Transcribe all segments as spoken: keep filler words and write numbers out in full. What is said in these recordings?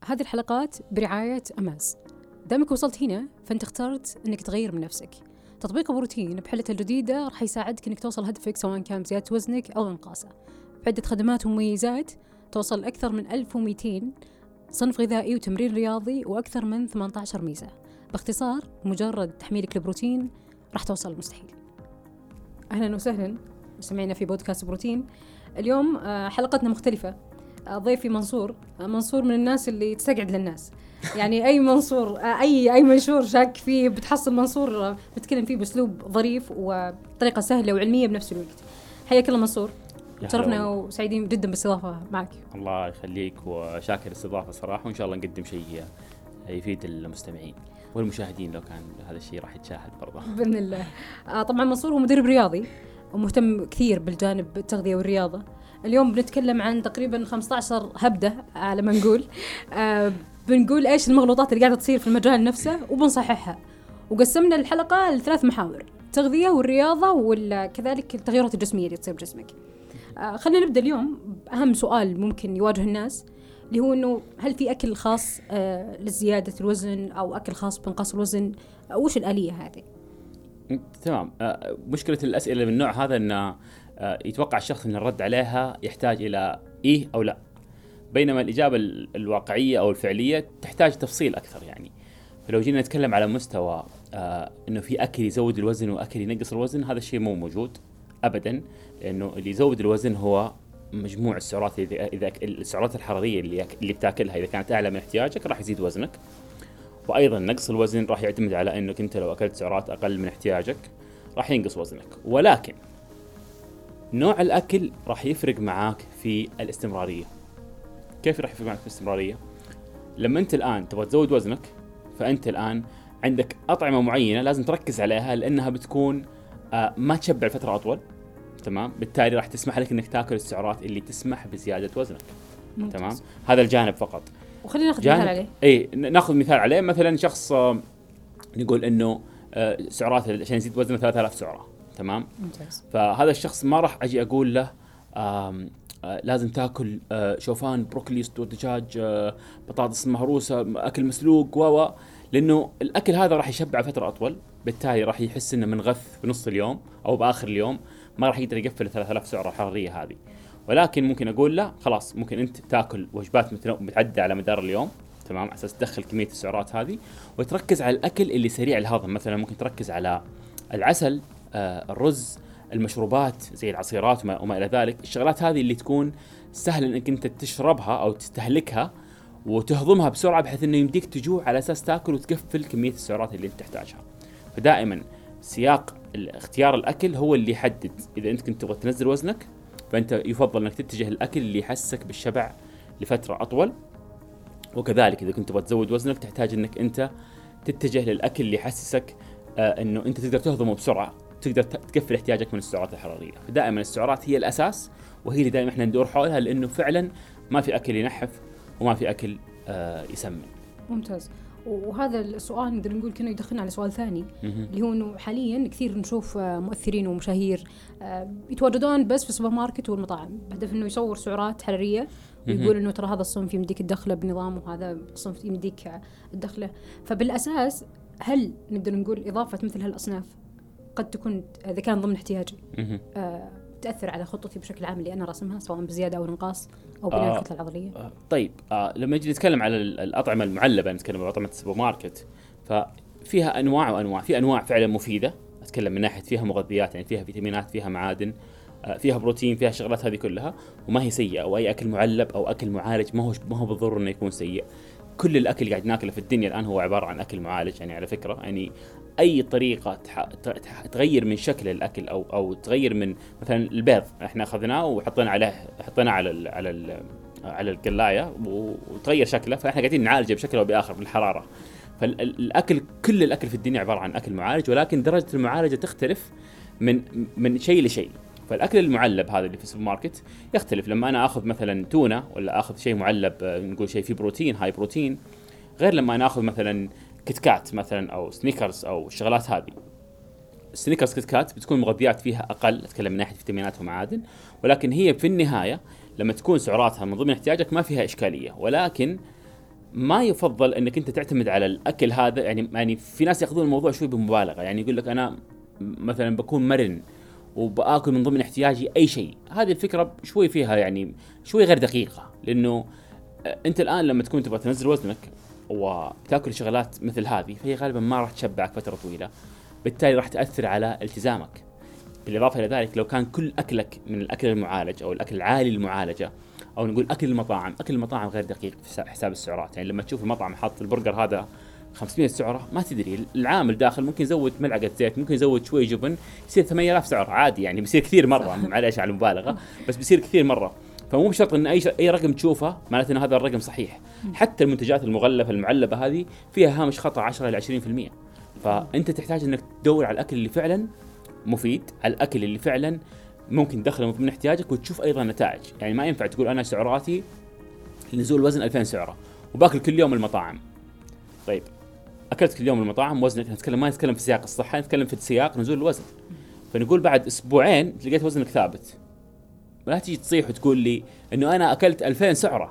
هذه الحلقات برعاية أماز. دامك وصلت هنا فأنت اخترت أنك تغير من نفسك. تطبيق بروتين بحلته الجديدة راح يساعدك أنك توصل هدفك سواء كان زيادة وزنك أو إنقاصه، بعدة خدمات ومميزات توصل أكثر من ألف ومئتين صنف غذائي وتمرين رياضي وأكثر من ثمانية عشر ميزة. باختصار مجرد تحميلك البروتين راح توصل المستحيل. أهلا وسهلا مستمعينا في بودكاست بروتين. اليوم حلقتنا مختلفة. ضيفي منصور منصور من الناس اللي تستقعد للناس، يعني أي منصور أي أي منشور شاك فيه بتحصل منصور بتكلم فيه بأسلوب ظريف وطريقة سهلة وعلمية بنفس الوقت. حياك الله منصور، تشرفنا وسعيدين جدا بالاستضافة معك. الله يخليك وشاكر الاستضافة صراحة، وإن شاء الله نقدم شيء يفيد المستمعين والمشاهدين لو كان هذا الشيء راح يتشاهد برضه بإذن الله. طبعا منصور هو مدرب رياضي ومهتم كثير بالجانب التغذية والرياضة. اليوم بنتكلم عن تقريبا خمسة عشر هبدة على ما نقول. آه بنقول إيش المغلوطات اللي قاعدة تصير في المجال نفسه وبنصححها، وقسمنا الحلقة لثلاث محاور: التغذية والرياضة وكذلك التغيرات الجسمية اللي تصير بجسمك. آه خلينا نبدأ اليوم بأهم سؤال ممكن يواجه الناس، اللي هو إنه هل في أكل خاص آه لزيادة الوزن أو أكل خاص بإنقاص الوزن؟ آه وش الآلية هذه؟ تمام. آه مشكلة الأسئلة من النوع هذا إن يتوقع الشخص أن الرد عليها يحتاج إلى إيه أو لا، بينما الإجابة الواقعية أو الفعلية تحتاج تفصيل أكثر. يعني فلو جينا نتكلم على مستوى آه إنه في أكل يزود الوزن وأكل ينقص الوزن، هذا الشيء مو موجود أبدا، لأنه اللي يزود الوزن هو مجموع السعرات. إذا إذا السعرات الحرارية اللي اللي بتاكلها إذا كانت أعلى من احتياجك راح يزيد وزنك، وأيضا نقص الوزن راح يعتمد على إنك أنت لو أكلت سعرات أقل من احتياجك راح ينقص وزنك. ولكن نوع الأكل راح يفرق معاك في الاستمرارية. كيف راح يفرق معاك في الاستمرارية؟ لما أنت الآن تبغى تزود وزنك، فأنت الآن عندك أطعمة معينة لازم تركز عليها، لأنها بتكون آه ما تشبع فترة أطول، تمام؟ بالتالي راح تسمح لك إنك تأكل السعرات اللي تسمح بزيادة وزنك. ممتاز. تمام؟ هذا الجانب فقط. وخلينا ناخذ مثال عليه. إيه ناخذ مثال عليه. مثلا شخص آه نقول إنه آه سعرات عشان يزيد وزنه ثلاثة آلاف سعرة، تمام؟ ممتاز. فهذا الشخص ما راح أجي أقول له آم آه لازم تأكل آه شوفان بروكلي صدور دجاج آه بطاطس مهروسة أكل مسلوق و لأنه الأكل هذا راح يشبع فترة أطول، بالتالي راح يحس إنه منغث بنص اليوم أو بآخر اليوم، ما راح يقدر يقفل ثلاثة آلاف سعرة حرارية هذه. ولكن ممكن أقول له خلاص ممكن أنت تأكل وجبات متعددة على مدار اليوم، تمام، على أساس تدخل كمية السعرات هذه، وتركز على الأكل اللي سريع الهضم. مثلا ممكن تركز على العسل، آه الرز، المشروبات زي العصيرات وما, وما إلى ذلك. الشغلات هذه اللي تكون سهل إنك أنت تشربها أو تستهلكها وتهضمها بسرعة، بحيث إنه يمديك تجوع على أساس تأكل وتقفل كمية السعرات اللي أنت تحتاجها. فدائما سياق اختيار الأكل هو اللي يحدد. إذا أنت كنت تبغى تنزل وزنك فأنت يفضل إنك تتجه الأكل اللي يحسك بالشبع لفترة أطول، وكذلك إذا كنت تبغى تزود وزنك تحتاج إنك أنت تتجه للأكل اللي يحسسك آه إنه أنت تقدر تهضمه بسرعة، تقدر تكفل احتياجك من السعرات الحرارية. فدائما السعرات هي الأساس، وهي اللي دائما إحنا ندور حولها، لأنه فعلا ما في أكل ينحف وما في أكل آه يسمن. ممتاز. وهذا السؤال نقدر نقول كنا يدخلنا على سؤال ثاني اللي هو إنه حاليا كثير نشوف مؤثرين ومشاهير يتواجدون بس في السوبر ماركت والمطاعم بهدف إنه يصور سعرات حرارية ويقول إنه ترى هذا الصنف يمديك الدخله بنظام وهذا الصنف يمديك الدخله. فبالأساس هل نقدر نقول إضافة مثل هالأصناف قد تكون إذا كان ضمن احتياجي آه تأثر على خطتي بشكل عام اللي أنا راسمها سواء بزيادة أو انقاص أو بناء آه الكتلة العضلية؟ آه طيب آه لما نجي نتكلم على الأطعمة المعلبة، نتكلم عن أطعمة السوبر ماركت، ففيها أنواع وأنواع. في أنواع فعلا مفيدة، أتكلم من ناحية فيها مغذيات، يعني فيها فيتامينات، فيها معادن، آه فيها بروتين، فيها شغلات هذه كلها، وما هي سيئة. أو أي أكل معلب أو أكل معالج ما هو ما هو بالضرورة إنه يكون سيء. كل الأكل اللي قاعد ناكله في الدنيا الآن هو عبارة عن أكل معالج. يعني على فكرة يعني أي طريقة تغير من شكل الأكل أو أو تغير من مثلا البيض، إحنا أخذناه وحطينا عليه حطينا على ال على ال على القلاية وتغير شكله، فإحنا قاعدين نعالجه بشكل أو بآخر بالحرارة. فالأكل كل الأكل في الدنيا عبارة عن أكل معالج، ولكن درجة المعالجة تختلف من من شيء لشيء. فالأكل المعلب هذا اللي في السوبر ماركت يختلف. لما أنا أخذ مثلا تونة ولا أخذ شيء معلب نقول شيء فيه بروتين هاي بروتين، غير لما أنا أخذ مثلا كتكات مثلا أو سنيكرز أو الشغلات هذه. السنيكرز كتكات بتكون مغذيات فيها أقل، أتكلم من ناحية فيتامينات ومعادن، ولكن هي في النهاية لما تكون سعراتها من ضمن احتياجك ما فيها إشكالية. ولكن ما يفضل انك انت تعتمد على الاكل هذا. يعني يعني في ناس ياخذون الموضوع شوي بمبالغه، يعني يقول لك انا مثلا بكون مرن وباكل من ضمن احتياجي اي شيء. هذه الفكره شوي فيها يعني شوي غير دقيقه، لانه انت الان لما تكون تبغى تنزل وزنك وتاكل شغلات مثل هذه فهي غالبا ما راح تشبعك فتره طويله، بالتالي راح تاثر على التزامك. بالاضافه الى ذلك لو كان كل اكلك من الاكل المعالج او الاكل العالي المعالجه، او نقول اكل المطاعم، اكل المطاعم غير دقيق في حساب السعرات. يعني لما تشوف المطعم حاط البرجر هذا خمسمية سعره، ما تدري العامل داخل ممكن يزود ملعقه زيت، ممكن يزود شوي جبن، يصير ثمانية آلاف سعر عادي. يعني بيصير كثير مره، معليش على المبالغه، بس بيصير كثير مره. فمو بشرط ان اي ش... اي رقم تشوفه معناته ان هذا الرقم صحيح. حتى المنتجات المغلفه المعلبه هذه فيها هامش خطا عشرة إلى عشرين بالمئة. فانت تحتاج انك تدور على الاكل اللي فعلا مفيد، على الاكل اللي فعلا ممكن تدخله من احتياجك، وتشوف ايضا نتائج. يعني ما ينفع تقول انا سعراتي نزول الوزن ألفين سعره وباكل كل يوم المطاعم. طيب اكلت كل يوم المطاعم، وزنك، نتكلم ما نتكلم في سياق الصحه، نتكلم في سياق نزول الوزن. فنقول بعد اسبوعين لقيت وزنك ثابت، لا تيجي تصيح وتقول لي انه انا اكلت ألفين سعره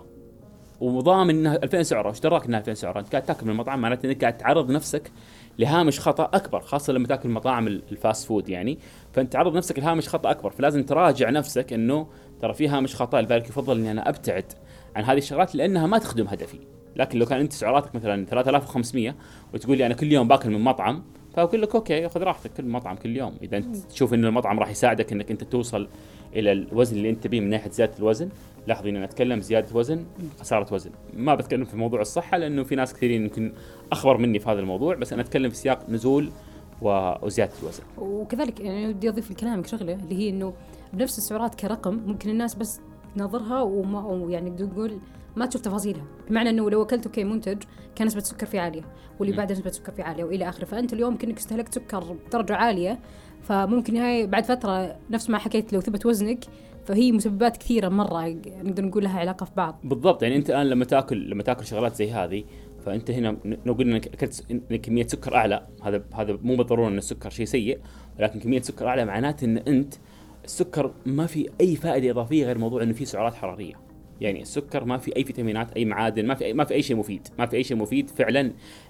وضامن انها ألفين سعره. ايش دراك انها ألفين سعره؟ انت قاعد تاكل من المطعم، معناته انك قاعد تعرض نفسك لهامش خطا اكبر، خاصه لما تاكل مطاعم الفاست فود. يعني فانت تعرض نفسك لهامش خطا اكبر، فلازم تراجع نفسك انه ترى في هامش خطا، لذلك يفضل اني انا ابتعد عن هذه الشغلات لانها ما تخدم هدفي. لكن لو كان انت سعراتك مثلا ثلاثة آلاف وخمسمية وتقول لي انا كل يوم باكل من مطعم، فاقول لك اوكي خذ راحتك، كل مطعم كل يوم. اذا انت تشوف ان المطعم راح يساعدك انك انت توصل الى الوزن اللي انت تبيه من ناحيه زياده الوزن. لاحظوا ان انا اتكلم زياده وزن، خساره وزن، ما بتكلم في موضوع الصحه لانه في ناس كثيرين يمكن اخبر مني في هذا الموضوع، بس انا اتكلم في سياق نزول وزياده الوزن. وكذلك يعني بدي اضيف لكلامك شغله اللي هي انه بنفس السعرات كرقم ممكن الناس بس تناظرها وما يعني نقول ما تشوف تفاصيلها، بمعنى انه لو اكلت اوكي منتج كان نسبه السكر فيه عاليه واللي بعده نسبه السكر فيه عاليه والى اخره، فانت اليوم كأنك استهلكت سكر بدرجه عاليه، فممكن هاي بعد فتره نفس ما حكيت لو ثبت وزنك، فهي مسببات كثيره مره نقدر نقول لها علاقه في بعض. بالضبط. يعني انت الان لما تاكل لما تاكل شغلات زي هذه، فانت هنا لو قلنا انك اكلت كميه سكر اعلى، هذا هذا مو بالضروره ان السكر شيء سيء، ولكن كميه سكر اعلى معناته ان انت السكر ما في اي فائده اضافيه غير موضوع انه في سعرات حراريه. يعني السكر ما في اي فيتامينات، اي معادن، ما في أي ما في اي شيء مفيد، ما في اي شيء مفيد فعلا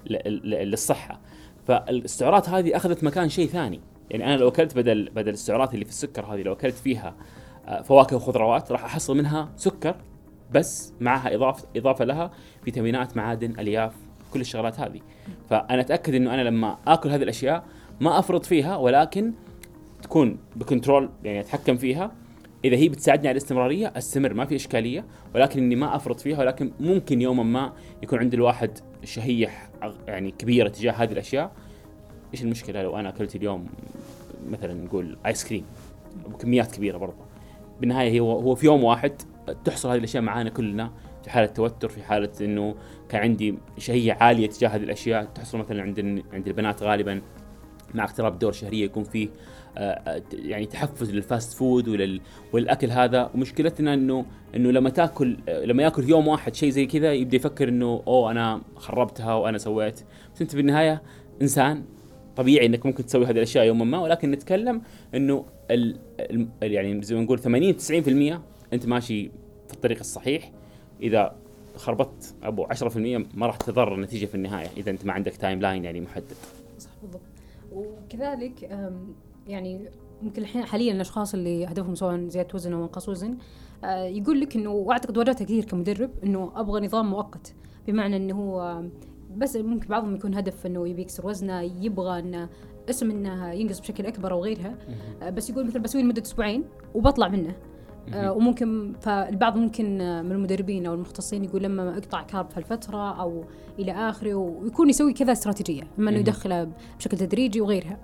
للصحه. فالسعرات هذه اخذت مكان شيء ثاني. يعني انا لو اكلت بدل بدل السعرات اللي في السكر هذه، لو اكلت فيها فواكه وخضروات، راح احصل منها سكر بس معها اضافه اضافه لها فيتامينات، معادن، الياف، كل الشغلات هذه. فانا اتاكد انه انا لما اكل هذه الاشياء ما افرط فيها، ولكن تكون بكنترول، يعني اتحكم فيها. اذا هي بتساعدني على الاستمراريه استمر، ما في اشكاليه، ولكن اني ما افرط فيها. ولكن ممكن يوما ما يكون عند الواحد شهيه يعني كبيره تجاه هذه الاشياء. ايش المشكله لو انا اكلت اليوم مثلا نقول ايس كريم بكميات كبيره؟ برضه بالنهايه هو هو في يوم واحد تحصل هذه الاشياء معانا كلنا، في حاله توتر، في حاله انه كان عندي شهيه عاليه تجاه هذه الاشياء. تحصل مثلا عند عند البنات غالبا مع اقتراب الدورة الشهرية يكون فيه آه يعني تحفز للفاست فود ولل والاكل هذا. ومشكلتنا انه انه لما تاكل لما ياكل يوم واحد شيء زي كذا يبدا يفكر انه اوه انا خربتها وانا سويت. بس انت بالنهايه انسان طبيعي انك ممكن تسوي هذه الاشياء يوما ما، ولكن نتكلم انه ال ال يعني زي ما نقول ثمانين تسعين بالمئة انت ماشي في الطريق الصحيح. اذا خربت ابو عشرة بالمئة ما راح تضر النتيجه في النهايه اذا انت ما عندك تايم لاين يعني محدد. صح بالضبط. وكذلك يعني ممكن الحين حاليا الاشخاص اللي هدفهم سواء زياده وزن او انقاص وزن يقول لك انه، واعتقد واجهتها كثير كمدرب، انه ابغى نظام مؤقت، بمعنى انه هو بس ممكن بعضهم يكون هدف انه يبي يكسر وزنه، يبغى انه اسم انه ينقص بشكل اكبر او غيرها، بس يقول مثلا بسوي لمده اسبوعين وبطلع منه. وممكن فالبعض ممكن من المدربين او المختصين يقول لما اقطع كارب في الفتره او الى اخره، ويكون يسوي كذا استراتيجيه، اما انه يدخلها بشكل تدريجي وغيرها.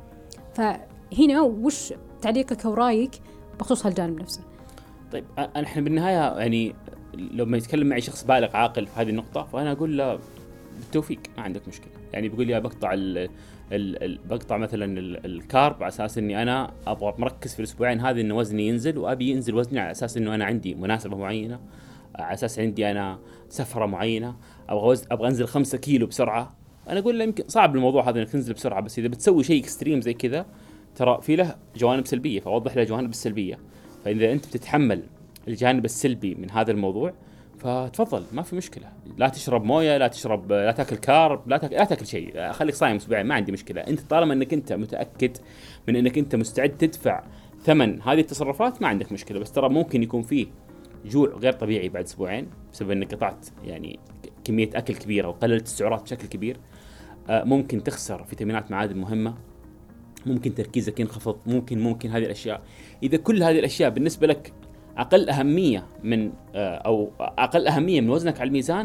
فهنا وش تعليقك او رايك بخصوص هالجانب نفسه؟ طيب احنا بالنهايه يعني لما يتكلم معي شخص بالغ عاقل في هذه النقطه، فانا اقول له بالتوفيق ما عندك مشكله. يعني بيقول لي بقطع ال ال ال بقطع مثلا الكارب على اساس اني انا ابغى مركز في الاسبوعين هذه انه وزني ينزل، وابي ينزل وزني على اساس انه انا عندي مناسبه معينه، على اساس عندي انا سفره معينه، ابغى وزن ابغى انزل خمسة كيلو بسرعه. انا اقول له يمكن صعب الموضوع هذا انك تنزل بسرعه، بس اذا بتسوي شيء اكستريم زي كذا ترى في له جوانب سلبيه، فاوضح له الجوانب السلبيه. فاذا انت بتتحمل الجانب السلبي من هذا الموضوع فتفضل ما في مشكله، لا تشرب مويه، لا تشرب، لا تاكل كارب، لا تاكل, لا تاكل شيء، خليك صايم اسبوعين ما عندي مشكله. انت طالما انك انت متاكد من انك انت مستعد تدفع ثمن هذه التصرفات ما عندك مشكله. بس ترى ممكن يكون فيه جوع غير طبيعي بعد اسبوعين بسبب انك قطعت يعني كميه اكل كبيره وقللت السعرات بشكل كبير. ممكن تخسر فيتامينات معادن مهمه، ممكن تركيزك ينخفض، ممكن ممكن هذه الاشياء. اذا كل هذه الاشياء بالنسبه لك اقل اهميه من او اقل اهميه من وزنك على الميزان،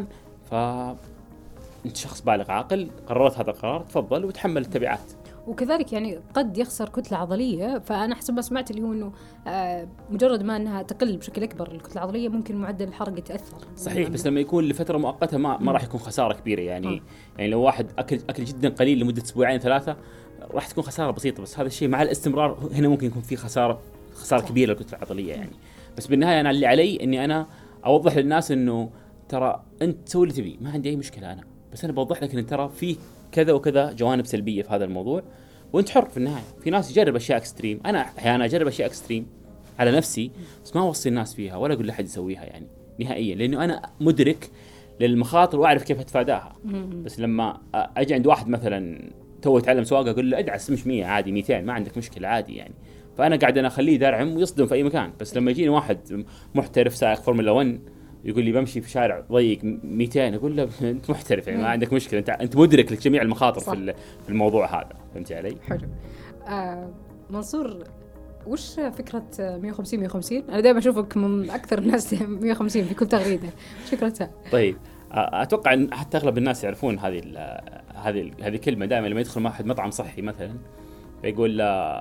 فانت شخص بالغ عاقل قررت هذا القرار، تفضل وتحمل التبعات. وكذلك يعني قد يخسر كتلة عضلية، فأنا حسب ما سمعت اللي هو إنه آه مجرد ما أنها تقل بشكل أكبر الكتلة العضلية ممكن معدل الحرق يتأثر. صحيح يعني بس لما يكون لفترة مؤقتة ما ما راح يكون خسارة كبيرة يعني. م. يعني لو واحد أكل أكل جدا قليل لمدة أسبوعين ثلاثة راح تكون خسارة بسيطة، بس هذا الشيء مع الاستمرار هنا ممكن يكون في خسارة خسارة صح. كبيرة للكتلة العضلية يعني. بس بالنهاية أنا اللي علي إني أنا أوضح للناس إنه ترى أنت تسوي اللي تبي، ما عندي أي مشكلة أنا، بس أنا بوضح لك إن ترى في كذا وكذا جوانب سلبية في هذا الموضوع، وانت حر في النهايه. في ناس يجرب اشياء اكستريم، انا احيانا اجرب اشياء اكستريم على نفسي بس ما اوصي الناس فيها ولا اقول لحد يسويها يعني نهائيا، لانه انا مدرك للمخاطر واعرف كيف اتفاداها. بس لما اجي عند واحد مثلا تو يتعلم سواقه اقول له ادعس مش مية عادي مئتين ما عندك مشكله عادي يعني، فانا قاعد انا اخليه درعم ويصدم في اي مكان. بس لما يجيني واحد محترف سائق فورمولا واحد يقول لي بمشي في شارع ضيق مئتين اقول له انت محترف يعني ما عندك مشكله، انت انت مدرك لجميع المخاطر صح. في في الموضوع هذا، فهمتي علي؟ حلو. آه منصور، وش فكره مية وخمسين مية وخمسين؟ انا دائما اشوفك من اكثر الناس مية وخمسين في كل تغريده، وش فكرتها؟ طيب اتوقع ان حتى اغلب الناس يعرفون هذه هذه هذه الكلمه. دائما لما يدخل واحد مطعم صحي مثلا فيقول له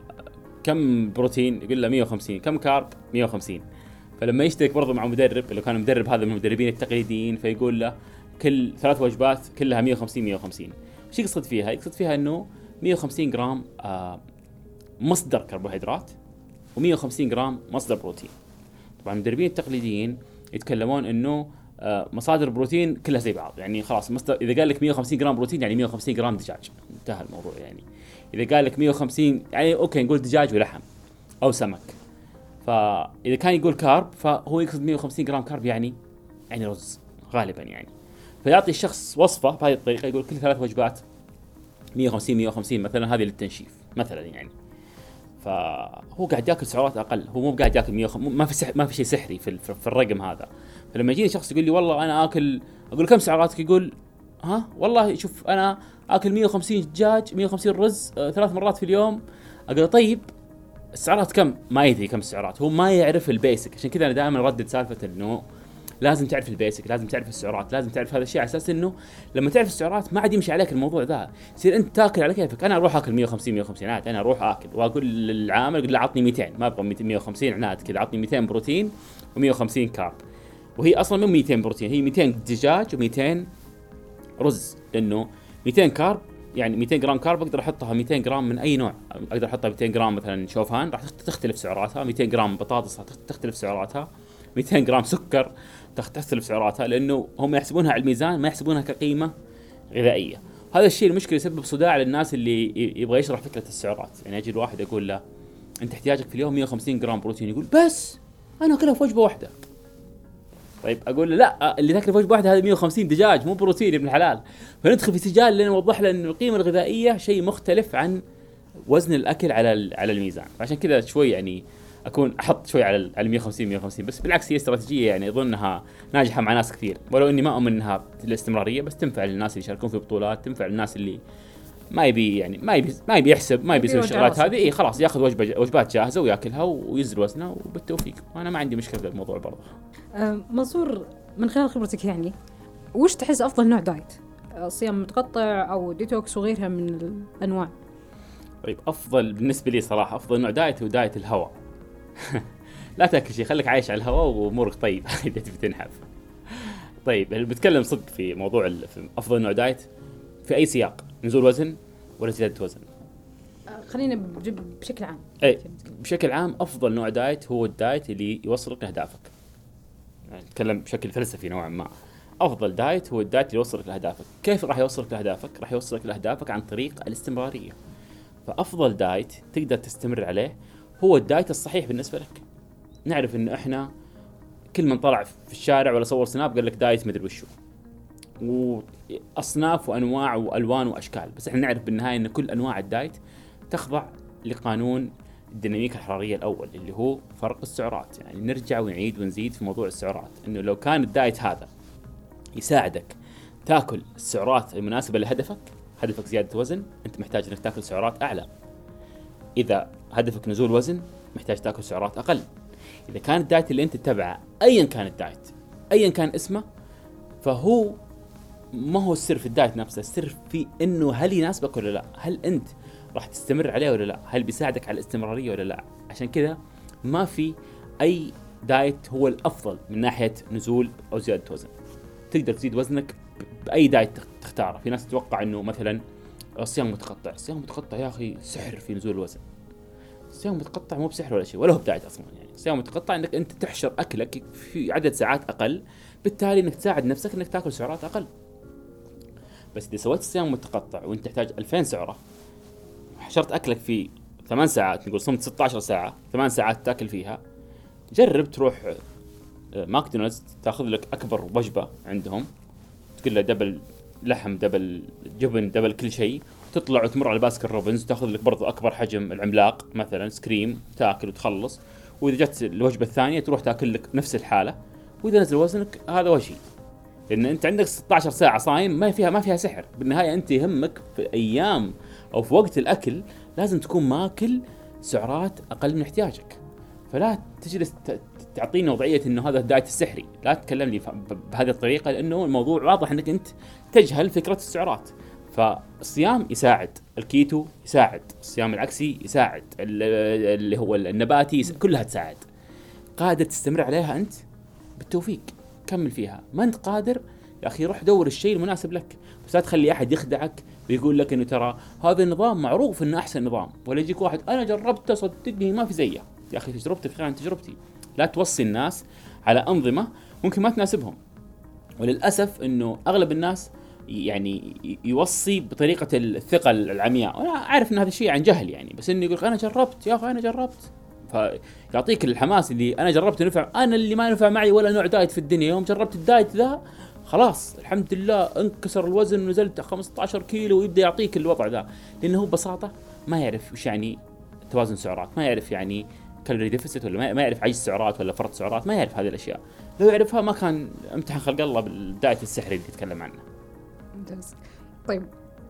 كم بروتين يقول له مية وخمسين، كم كارب مية وخمسين. فلما يشترك برضه مع مدرب اللي كان مدرب هذا من المدربين التقليديين فيقول له كل ثلاث وجبات كلها مية وخمسين مية وخمسين. وش يقصد فيها؟ يقصد فيها انه مية وخمسين جرام آه مصدر كربوهيدرات ومية وخمسين جرام مصدر بروتين. طبعا المدربين التقليديين يتكلمون انه آه مصادر البروتين كلها زي بعض، يعني خلاص مصدر اذا قال لك مية وخمسين جرام بروتين يعني مية وخمسين جرام دجاج، انتهى الموضوع يعني. اذا قال لك مية وخمسين يعني اوكي نقول دجاج ولحم او سمك. فإذا كان يقول كارب فهو يقصد مية وخمسين جرام كارب يعني يعني رز غالبا يعني. فيعطي الشخص وصفة بهذه الطريقة يقول كل ثلاث وجبات مية وخمسين مية وخمسين مثلا، هذه للتنشيف مثلا يعني. فهو قاعد ياكل سعرات أقل، هو مو قاعد ياكل مية وخمسين، ما في سح... ما في شيء سحري في في الرقم هذا. فلما يجيني شخص يقول لي والله أنا آكل، أقول كم سعراتك؟ يقول ها والله شوف أنا آكل مية وخمسين دجاج مية وخمسين رز آه ثلاث مرات في اليوم. أقول طيب السعرات كم؟ ما يدري كم السعرات، هو ما يعرف البيسك. عشان كذا انا دائما اردد سالفه انه لازم تعرف البيسك، لازم تعرف السعرات، لازم تعرف هذا الشيء على اساس انه لما تعرف السعرات ما عاد يمشي عليك الموضوع ذا، يصير انت تاكل على كيفك. انا اروح اكل مية وخمسين مية وخمسين عاد، انا اروح اكل واقول للعامل يقول له عطني مئتين، ما ابغى مية وخمسين عناد كذا، عطني مئتين بروتين ومية وخمسين كارب. وهي اصلا مو مئتين بروتين، هي مئتين دجاج ومئتين رز، لانه مئتين كارب يعني مئتين جرام كارب اقدر احطها مئتين جرام من اي نوع، اقدر احطها مئتين جرام مثلا شوفان راح تختلف سعراتها، مئتين جرام بطاطس تختلف سعراتها، مئتين جرام سكر تختلف سعراتها، لانه هم يحسبونها على الميزان ما يحسبونها كقيمه غذائيه. هذا الشيء المشكله يسبب صداع للناس اللي يبغى يشرح فكره السعرات. يعني اجي الواحد اقول له انت احتياجك في اليوم مية وخمسين جرام بروتين، يقول بس انا اكلها في وجبه واحده. طيب اقول له لا، اللي تاكله في وجبه واحده هذا مية وخمسين دجاج مو بروتين يا ابن الحلال. فندخل في سجال لين نوضح له ان القيمه الغذائيه شيء مختلف عن وزن الاكل على على الميزان. فعشان كذا شوي يعني اكون احط شوي على على مية وخمسين مية وخمسين، بس بالعكس هي استراتيجيه يعني اظنها ناجحه مع ناس كثير، ولو اني ما اؤمن انها الاستمراريه، بس تنفع للناس اللي يشاركون في بطولات، تنفع للناس اللي ما يبي يعني ما يبي ما يبي يحسب ما يبي يسوي الشغلات هذه. اي خلاص ياخذ وجبه وجبات جاهزه وياكلها وينزل وزنه وبالتوفيق. وانا ما عندي مشكله في الموضوع برضه. أه منصور، من خلال خبرتك يعني وش تحس افضل نوع دايت؟ صيام متقطع او ديتوكس وغيرها من الانواع؟ طيب افضل بالنسبه لي صراحه افضل نوع دايت هو دايت الهواء. لا تاكل شيء، خليك عايش على الهواء وامورك طيب. اذا تبي تنحف. طيب اللي بتكلم صدق في موضوع في افضل نوع دايت في اي سياق، نزول وزن ولا زياده وزن؟ خلينا بشكل عام. اي بشكل عام افضل نوع دايت هو الدايت اللي يوصلك لاهدافك. يعني نتكلم بشكل فلسفي نوعا ما. افضل دايت هو الدايت اللي يوصلك لاهدافك. كيف راح يوصلك لاهدافك؟ راح يوصلك لاهدافك عن طريق الاستمراريه. فافضل دايت تقدر تستمر عليه هو الدايت الصحيح بالنسبه لك. نعرف انه احنا كل من طلع في الشارع ولا صور سناب قال لك دايت مدري وشو، واصناف وانواع والوان واشكال. بس احنا نعرف بالنهايه ان كل انواع الدايت تخضع لقانون الديناميكا الحراريه الاول اللي هو فرق السعرات. يعني نرجع ونعيد ونزيد في موضوع السعرات، انه لو كان الدايت هذا يساعدك تاكل السعرات المناسبه لهدفك، هدفك زياده وزن، انت محتاج انك تاكل سعرات اعلى. اذا هدفك نزول وزن محتاج تاكل سعرات اقل. اذا كان الدايت اللي انت تتبعه ايا كان الدايت ايا كان اسمه، فهو ما هو السر في الدايت نفسه، السر في انه هل يناسبك ولا لا، هل انت راح تستمر عليه ولا لا، هل بيساعدك على الاستمراريه ولا لا. عشان كذا ما في اي دايت هو الافضل من ناحيه نزول او زياده وزن. تقدر تزيد وزنك باي دايت تختاره. في ناس تتوقع انه مثلا الصيام متقطع، الصيام متقطع يا اخي سحر في نزول الوزن. الصيام متقطع مو بسحر ولا شيء، ولا هو بدايت اصلا. يعني الصيام متقطع انك انت تحشر اكلك في عدد ساعات اقل، بالتالي انك تساعد نفسك انك تاكل سعرات اقل. بس اذا سويت الصيام متقطع وانت تحتاج ألفين سعره، حشرت اكلك في ثمان ساعات، نقول صمت ستة عشر ساعه، ثمان ساعات تاكل فيها، جرب تروح ماكدونالدز تاخذ لك اكبر وجبه عندهم، تقول له دبل لحم دبل جبن دبل كل شيء، تطلع وتمر على باسكن روبنز تاخذ لك برضو اكبر حجم العملاق مثلا سكريم، تاكل وتخلص. واذا جت الوجبه الثانيه تروح تاكل لك نفس الحاله، واذا نزل وزنك هذا وجهي. لان انت عندك ستة عشر ساعه صايم، ما فيها ما فيها سحر. بالنهايه انت يهمك في ايام او في وقت الاكل لازم تكون ماكل سعرات اقل من احتياجك. فلا تجلس تعطيني وضعيه انه هذا الدايت السحري، لا تكلمني بهذه الطريقه، لانه الموضوع واضح انك انت تجهل فكره السعرات. فالصيام يساعد، الكيتو يساعد، الصيام العكسي يساعد، اللي هو النباتي يساعد. كلها تساعد. قادر تستمر عليها انت بالتوفيق كمل فيها، ما انت قادر يا اخي روح دور الشيء المناسب لك. بس لا تخلي احد يخدعك ويقول لك انه ترى هذا النظام معروف انه احسن نظام، ولا يجيك واحد انا جربته صدقني ما في زيه. يا اخي تجربتك غير عن تجربتي. لا توصي الناس على انظمه ممكن ما تناسبهم. وللاسف انه اغلب الناس يعني يوصي بطريقه الثقه العمياء. انا اعرف ان هذا الشيء عن جهل يعني، بس انه يقول انا جربت يا اخي انا جربت، فيعطيك الحماس اللي انا جربت نفع. انا اللي ما نفع معي ولا نوع دايت في الدنيا، يوم جربت الدايت ذا خلاص الحمد لله انكسر الوزن ونزلت خمسة عشر كيلو، ويبدا يعطيك الوضع ذا. لانه ببساطه ما يعرف وش يعني توازن سعرات، ما يعرف يعني كالوري ديفيسيت، ولا ما يعرف عجز سعرات ولا فرط سعرات، ما يعرف هذه الاشياء. لو يعرفها ما كان امتحان خلق الله بالدايت السحري اللي تتكلم عنه. ممتاز. طيب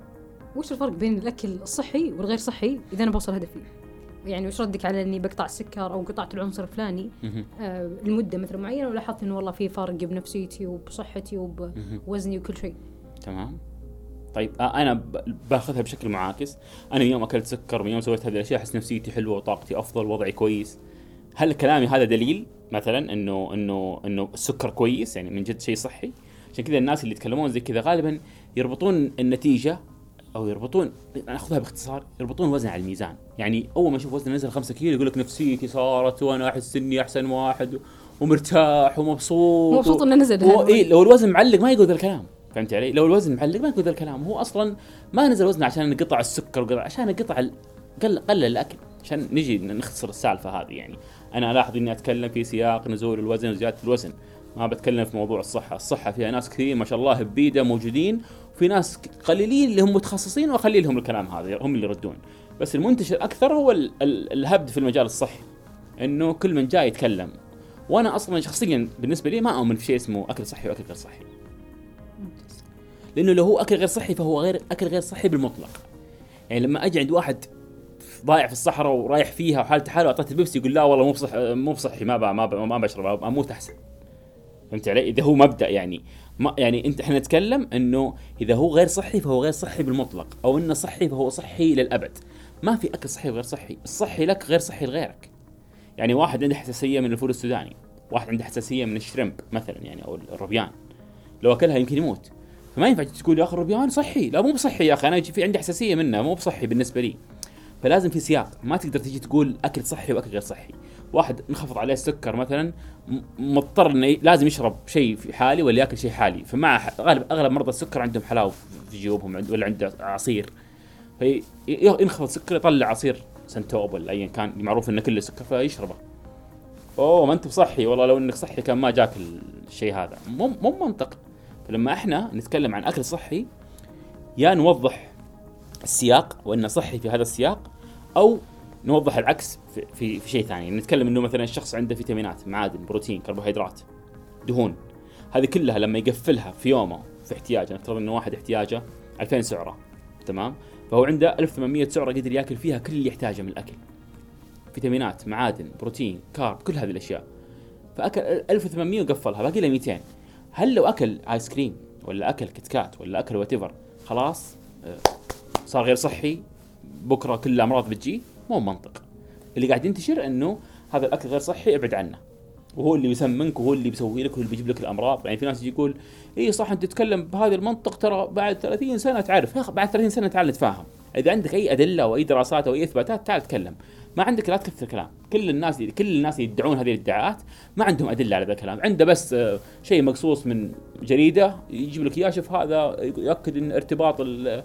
وش الفرق بين الاكل الصحي والغير صحي اذا انا بوصل هدفي؟ يعني وش ردك على اني بقطع السكر او قطعت العنصر الفلاني آه لمده مثلا معينه، ولاحظت انه والله في فرق بنفسيتي وبصحتي وبوزني وكل شيء؟ تمام. طيب آه انا باخذها بشكل معاكس. انا يوم اكلت سكر، من يوم سويت هذه الاشياء احس نفسيتي حلوه وطاقتي افضل ووضعي كويس. هل كلامي هذا دليل مثلا انه انه انه السكر كويس يعني من جد شيء صحي؟ عشان كذا الناس اللي يتكلمون زي كذا غالبا يربطون النتيجه او يربطون، ناخذها باختصار، يربطون وزن على الميزان. يعني اول ما اشوف وزن نزل خمسة كيلو يقول لك نفسيتي صارت وانا احس اني احسن واحد ومرتاح ومبسوط مبسوط انه نزل. و... إيه لو الوزن معلق ما يقول ذا الكلام، فهمت علي؟ لو الوزن معلق ما يقول ذا الكلام. هو اصلا ما نزل وزنه عشان قطع السكر وقطع، عشان قطع ال... قل قلل الاكل، عشان نجي نختصر السالفه هذه. يعني انا الاحظ اني اتكلم في سياق نزول الوزن وزياده الوزن، ما بتكلم في موضوع الصحه. الصحه فيها ناس كثير ما شاء الله بيده موجودين، وفي ناس قليلين اللي هم متخصصين واخلي لهم الكلام هذا هم اللي يردون. بس المنتشر اكثر هو ال ال الهبد في المجال الصحي، انه كل من جاي يتكلم. وانا اصلا شخصيا بالنسبه لي ما اؤمن في شيء اسمه اكل صحي واكل غير صحي، لانه لو هو اكل غير صحي فهو غير اكل غير صحي بالمطلق. يعني لما اجي عند واحد ضايع في الصحراء ورايح فيها وحالته حاله واعطيته بيبسي يقول لا والله مو بصح مو بصحي ما ما ما بشرب اموت احسن، فهمت علي؟ اذا هو مبدا يعني ما يعني انت احنا نتكلم انه اذا هو غير صحي فهو غير صحي بالمطلق، او انه صحي فهو صحي للابد. ما في اكل صحي وغير صحي، الصحي لك غير صحي لغيرك. يعني واحد عنده حساسيه من الفول السوداني، واحد عنده حساسيه من الشريمب مثلا يعني او الربيان، لو اكلها يمكن يموت. فما ينفع تقول يا اخي الربيان صحي، لا مو بصحي يا اخي، انا في عندي حساسيه منه مو بصحي بالنسبه لي. فلازم في سياق، ما تقدر تيجي تقول اكل صحي واكل غير صحي. واحد انخفض عليه السكر مثلا مضطر انه لازم يشرب شيء في حالي ولا ياكل شيء حالي، فمع غالب اغلب مرضى السكر عندهم حلاوه في جيوبهم ولا عنده عصير، فينخفض سكر يطلع عصير سنتوب ولا ايا كان معروف انه كله سكر فيشربه. اوه ما انت بصحي والله، لو انك صحي كان ما جاك الشيء هذا. مو مو منطق. فلما احنا نتكلم عن اكل صحي يا نوضح السياق وانه صحي في هذا السياق، او نوضح العكس في في, في شيء ثاني. نتكلم انه مثلا الشخص عنده فيتامينات، معادن، بروتين، كربوهيدرات، دهون، هذه كلها لما يقفلها في يومه في احتياجه، نفترض انه واحد احتياجه ألفين سعره، تمام، فهو عنده ألف وثمانمئة سعره قدر ياكل فيها كل اللي يحتاجه من الاكل، فيتامينات، معادن، بروتين، كارب، كل هذه الاشياء. فاكل ألف وثمانمئة وقفلها، باقي له مئتين. هل لو اكل ايس كريم ولا اكل كتكات ولا اكل واتيفر خلاص صار غير صحي، بكره كل الامراض بتجي؟ مو منطق. اللي قاعد ينتشر انه هذا الاكل غير صحي، ابعد عنه، وهو اللي يسمنك وهو اللي بيسوي لك وهو اللي بيجيب لك الامراض. يعني في ناس يقول اي صح انت تتكلم بهذا المنطق، ترى بعد ثلاثين سنه تعرف. يا بعد ثلاثين سنه تعال نتفاهم. اذا عندك اي ادله او اي دراسات او اي اثباتات تعال تكلم. ما عندك لا تكثر كلام. كل الناس كل الناس يدعون هذه الادعاءات ما عندهم ادله على هذا الكلام، عنده بس شيء مقصوص من جريده يجيب لك اياه، شوف هذا يؤكد ان ارتباط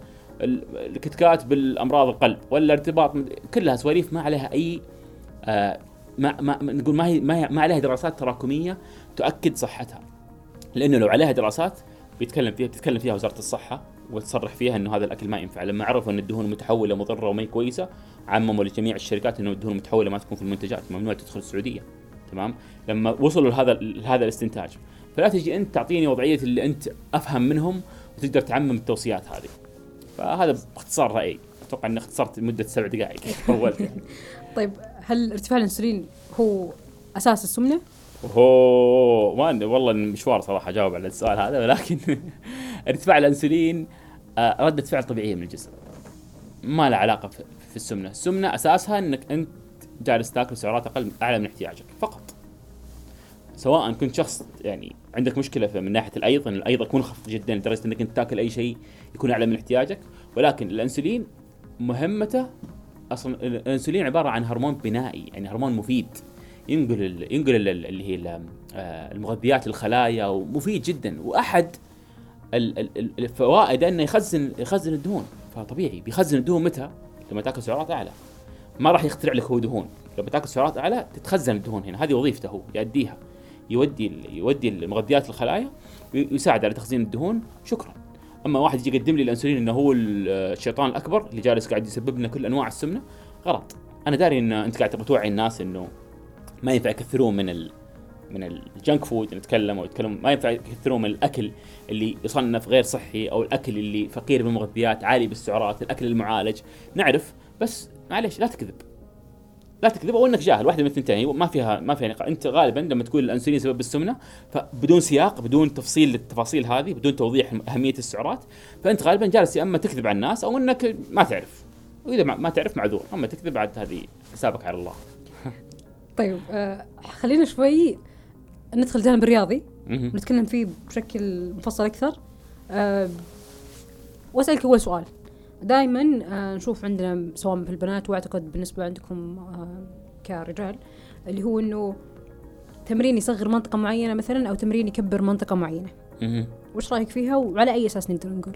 الكتكات بالامراض القلب ولا ارتباط، كلها سواليف ما عليها اي آه ما ما نقول ما هي ما, ما عليها دراسات تراكميه تؤكد صحتها. لانه لو عليها دراسات بيتكلم فيها بتتكلم فيها وزاره الصحه وتصرح فيها انه هذا الاكل ما ينفع. لما عرفوا ان الدهون متحوله مضره وما هي كويسه، عمموا لجميع الشركات انه الدهون المتحوله ما تكون في المنتجات، ممنوع تدخل السعوديه، تمام. لما وصلوا لهذا لهذا الاستنتاج، فلا تجي انت تعطيني وضعيه اللي انت افهم منهم وتقدر تعمم التوصيات هذه. فهذا باختصار رايي، اتوقع ان اختصرت مده سبع دقائق طولت يعني. طيب هل ارتفاع الانسولين هو اساس السمنه؟ اوه ما والله مشوار صراحه اجاوب على السؤال هذا، ولكن ارتفاع الانسولين ردة فعل طبيعيه من الجسم، ما له علاقه في السمنه. السمنه اساسها انك انت جالس تاكل سعرات اقل اعلى من احتياجك فقط. سواء كنت شخص يعني عندك مشكله من ناحيه الايض، ان الايض يكون خفيف جدا لدرجه انك انت تاكل اي شيء يكون اعلى من احتياجك، ولكن الانسولين مهمته اصلا، الانسولين عباره عن هرمون بنائي، يعني هرمون مفيد ينقل ينقل اللي هي المغذيات للخلايا، ومفيد جدا. واحد الفوائد انه يخزن يخزن الدهون. فطبيعي بيخزن الدهون متى؟ لما تاكل سعرات اعلى. ما راح يخترع لك هو دهون، لما تاكل سعرات اعلى تتخزن الدهون هنا، هذه وظيفته هو يؤديها، يودي يودي المغذيات للخلايا ويساعد على تخزين الدهون. شكرا. اما واحد يجي يقدم لي الانسولين انه هو الشيطان الاكبر اللي جالس قاعد يسبب لنا كل انواع السمنه، غلط. انا داري ان انت قاعد تبغى توعي الناس انه ما ينفع يكثرون من ال من الجنك فود، نتكلم ويتكلم ما ينفع يكثرون من الاكل اللي يصنف غير صحي او الاكل اللي فقير بالمغذيات عالي بالسعرات، الاكل المعالج. نعرف، بس معليش لا تكذب لا تكذب او انك جاهل، واحده من الثنتين ما فيها ما فيها نقاش. انت غالبا لما تقول الانسولين سبب السمنه فبدون سياق، بدون تفصيل للتفاصيل هذه، بدون توضيح اهميه السعرات، فانت غالبا جالس يا اما تكذب على الناس او انك ما تعرف، واذا ما تعرف معذور، اما تكذب عاد هذه حسابك على الله. طيب آه خلينا شوي ندخل الجانب الرياضي ونتكلم فيه بشكل مفصل اكثر. آه واسالك اول سؤال. دائما آه نشوف عندنا سواء في البنات واعتقد بالنسبه عندكم آه كرجال، اللي هو انه تمرين يصغر منطقه معينه مثلا او تمرين يكبر منطقه معينه. وش رايك فيها وعلى اي اساس نقدر نقول؟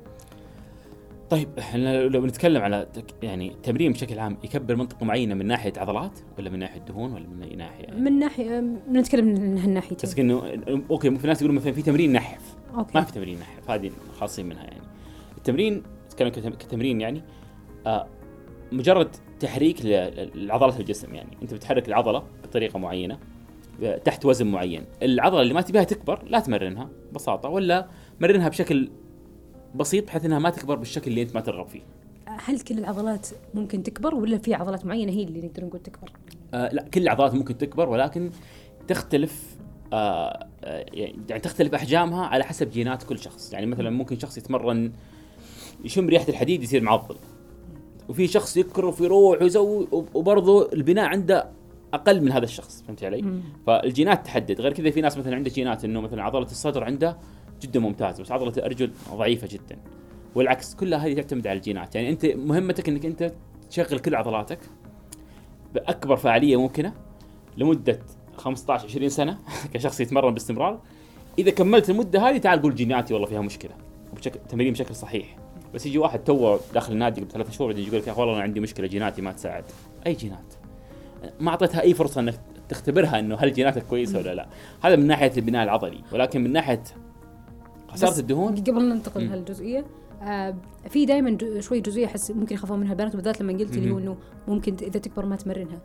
طيب احنا لو بنتكلم على يعني تمرين بشكل عام يكبر منطقه معينه من ناحيه عضلات ولا من ناحيه دهون ولا من اي ناحيه؟ يعني من ناحيه بنتكلم من هالناحيتين. بس انه اوكي، في ناس يقولون مثلا في تمرين نحف. أوكي. ما في تمرين نحف، هذه خاصين منها. يعني التمرين نتكلم كتمرين يعني آه مجرد تحريك لعضلات الجسم. يعني انت بتحرك العضله بطريقه معينه تحت وزن معين. العضله اللي ما تبيها تكبر لا تمرنها ببساطه، ولا مرنها بشكل بسيط بحيث انها ما تكبر بالشكل اللي انت ما ترغب فيه. هل كل العضلات ممكن تكبر ولا في عضلات معينه هي اللي نقدر نقول تكبر؟ آه لا، كل العضلات ممكن تكبر، ولكن تختلف آه يعني تختلف احجامها على حسب جينات كل شخص. يعني مثلا ممكن شخص يتمرن يشم ريحه الحديد يصير معضل، وفي شخص يكرف ويروح ويسوي وبرضه البناء عنده اقل من هذا الشخص. فهمت علي؟ مم. فالجينات تحدد. غير كذا في ناس مثلا عنده جينات انه مثلا عضله الصدر عنده جدا ممتازه بس عضله الارجل ضعيفه جدا، والعكس. كلها هذه تعتمد على الجينات. يعني انت مهمتك انك انت تشغل كل عضلاتك باكبر فعاليه ممكنه لمده خمسة عشر عشرين سنه كشخص يتمرن باستمرار. اذا كملت المده هذه تعال قول جيناتي والله فيها مشكله، وبشكل تمرين بشكل صحيح. بس يجي واحد توه داخل النادي قبل ثلاثة شهور يجي يقول لك يا اخي والله انا عندي مشكله جيناتي ما تساعد. اي جينات؟ ما اعطيتها اي فرصه انك تختبرها انه هل جيناتك كويسه ولا لا. هذا من ناحيه البناء العضلي. ولكن من ناحيه خساره الدهون، قبل ننتقل لهالجزئيه آه في دائما شوي جزئيه احس ممكن يخافون منها البنات، بالذات لما قلت اللي هو انه ممكن اذا تكبر ما تمرنها.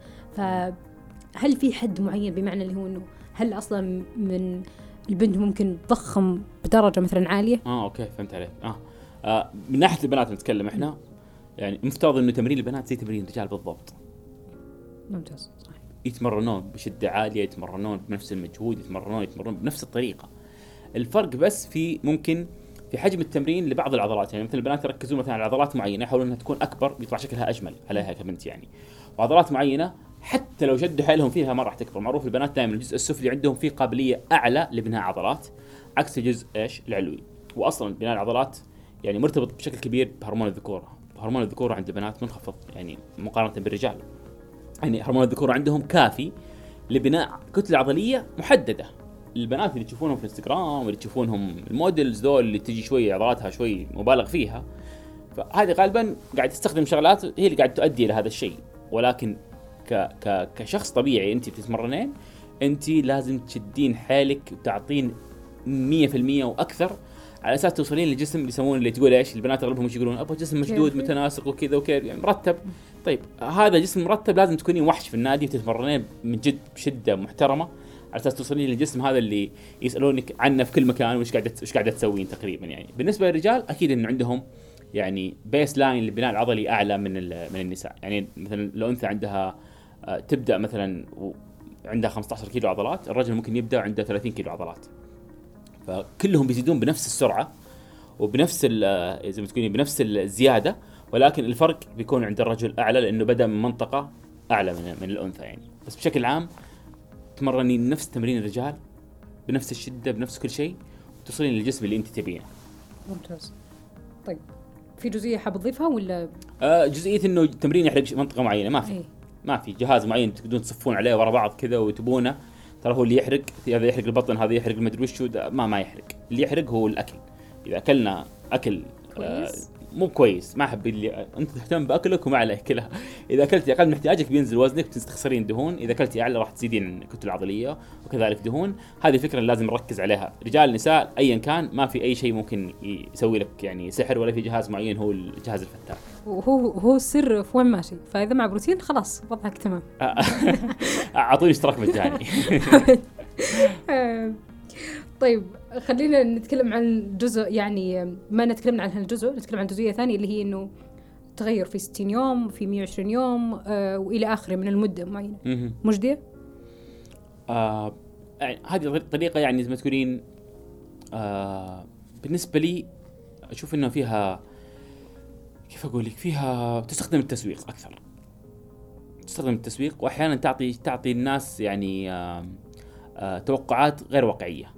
فهل في حد معين بمعنى اللي هو انه هل اصلا من البنت ممكن تضخم بدرجه مثلا عاليه؟ اه اوكي فهمت عليك. اه, آه من ناحيه البنات نتكلم احنا، يعني مفترض انه تمرين البنات زي تمرين الرجال بالضبط. ممتاز صح. يتمرنون بشده عاليه، يتمرنون بنفس المجهود، يتمرنون يتمرنون بنفس الطريقه. الفرق بس في ممكن في حجم التمرين لبعض العضلات. يعني مثل البنات يركزون مثلا على عضلات معينه يحاولون انها تكون اكبر بيطلع شكلها اجمل عليها كبنت يعني. وعضلات معينه حتى لو شدوا حيلهم فيها ما راح تكبر. معروف البنات دائما الجزء السفلي عندهم فيه قابليه اعلى لبناء عضلات عكس الجزء ايش العلوي. واصلا بناء العضلات يعني مرتبط بشكل كبير بهرمون الذكوره. هرمون الذكوره عند البنات منخفض يعني مقارنه بالرجال. يعني هرمون الذكوره عندهم كافي لبناء كتله عضليه محدده. البنات اللي تشوفونهم في الانستغرام واللي تشوفونهم الموديلز دول اللي تجي شوي عضلاتها شوي مبالغ فيها، فهذه غالبا قاعد تستخدم شغلات هي اللي قاعد تؤدي الى هذا الشيء. ولكن ك ك كشخص طبيعي انت بتتمرنين، انت لازم تشدين حالك وتعطين مية في المية واكثر على اساس توصلين للجسم اللي يسمونه اللي تقول ايش البنات اغلبهم ايش يقولون ابغى جسم مشدود متناسق وكذا وكذا يعني مرتب. طيب هذا جسم مرتب لازم تكونين وحش في النادي وتتمرنين من جد بشده محترمه على اساس توصلين للجسم هذا اللي يسالونك عنه في كل مكان وش قاعده وش قاعده تسوين تقريبا. يعني بالنسبه للرجال اكيد انه عندهم يعني بيس لاين للبناء العضلي اعلى من من النساء. يعني مثلا لو انثى عندها تبدا مثلا عندها خمسة عشر كيلو عضلات، الرجل ممكن يبدا عنده ثلاثين كيلو عضلات. فكلهم بيزيدون بنفس السرعه وبنفس زي ما تقولين بنفس الزياده، ولكن الفرق بيكون عند الرجل اعلى لانه بدا من منطقه اعلى من من الانثى يعني. بس بشكل عام تمرنين نفس تمرين الرجال بنفس الشده بنفس كل شيء وتصلين للجسم اللي انت تبينه. ممتاز. طيب في جزئيه حاب تضيفها ولا آه جزئيه انه التمرين يحرق منطقه معينه ما في أيه. ما في جهاز معين تقدرون تصفون عليه ورا بعض كذا وتبونه ترى هو اللي يحرق، هذا يحرق البطن هذا يحرق المدري وش ما ما يحرق. اللي يحرق هو الاكل. اذا اكلنا اكل آه مو كويس ما احب اللي انت تهتم باكلك وما عليك كلها. اذا اكلتي اقل من احتياجك بينزل وزنك بتستخسرين دهون، اذا اكلتي اعلى راح تزيدين كتله عضليه وكذلك دهون. هذه فكره لازم نركز عليها رجال نساء ايا كان. ما في اي شيء ممكن يسوي لك يعني سحر ولا في جهاز معين هو الجهاز الفتاك. وهو هو السر في وين ماشي. فاذا مع بروتين خلاص وضعك تمام. اعطوني اشتراك مجاني. طيب خلينا نتكلم عن جزء يعني ما نتكلم عن هالجزء، نتكلم عن جزئية ثانية اللي هي إنه تغير في ستين يوم في مية وعشرين يوم آه وإلى آخره من المدة معينة. مجدية؟ آه يعني هذه طريقة يعني زي ما تقولين آه بالنسبة لي أشوف إنه فيها كيف أقول لك فيها تستخدم التسويق أكثر. تستخدم التسويق وأحيانا تعطي تعطي الناس يعني آه آه توقعات غير واقعية.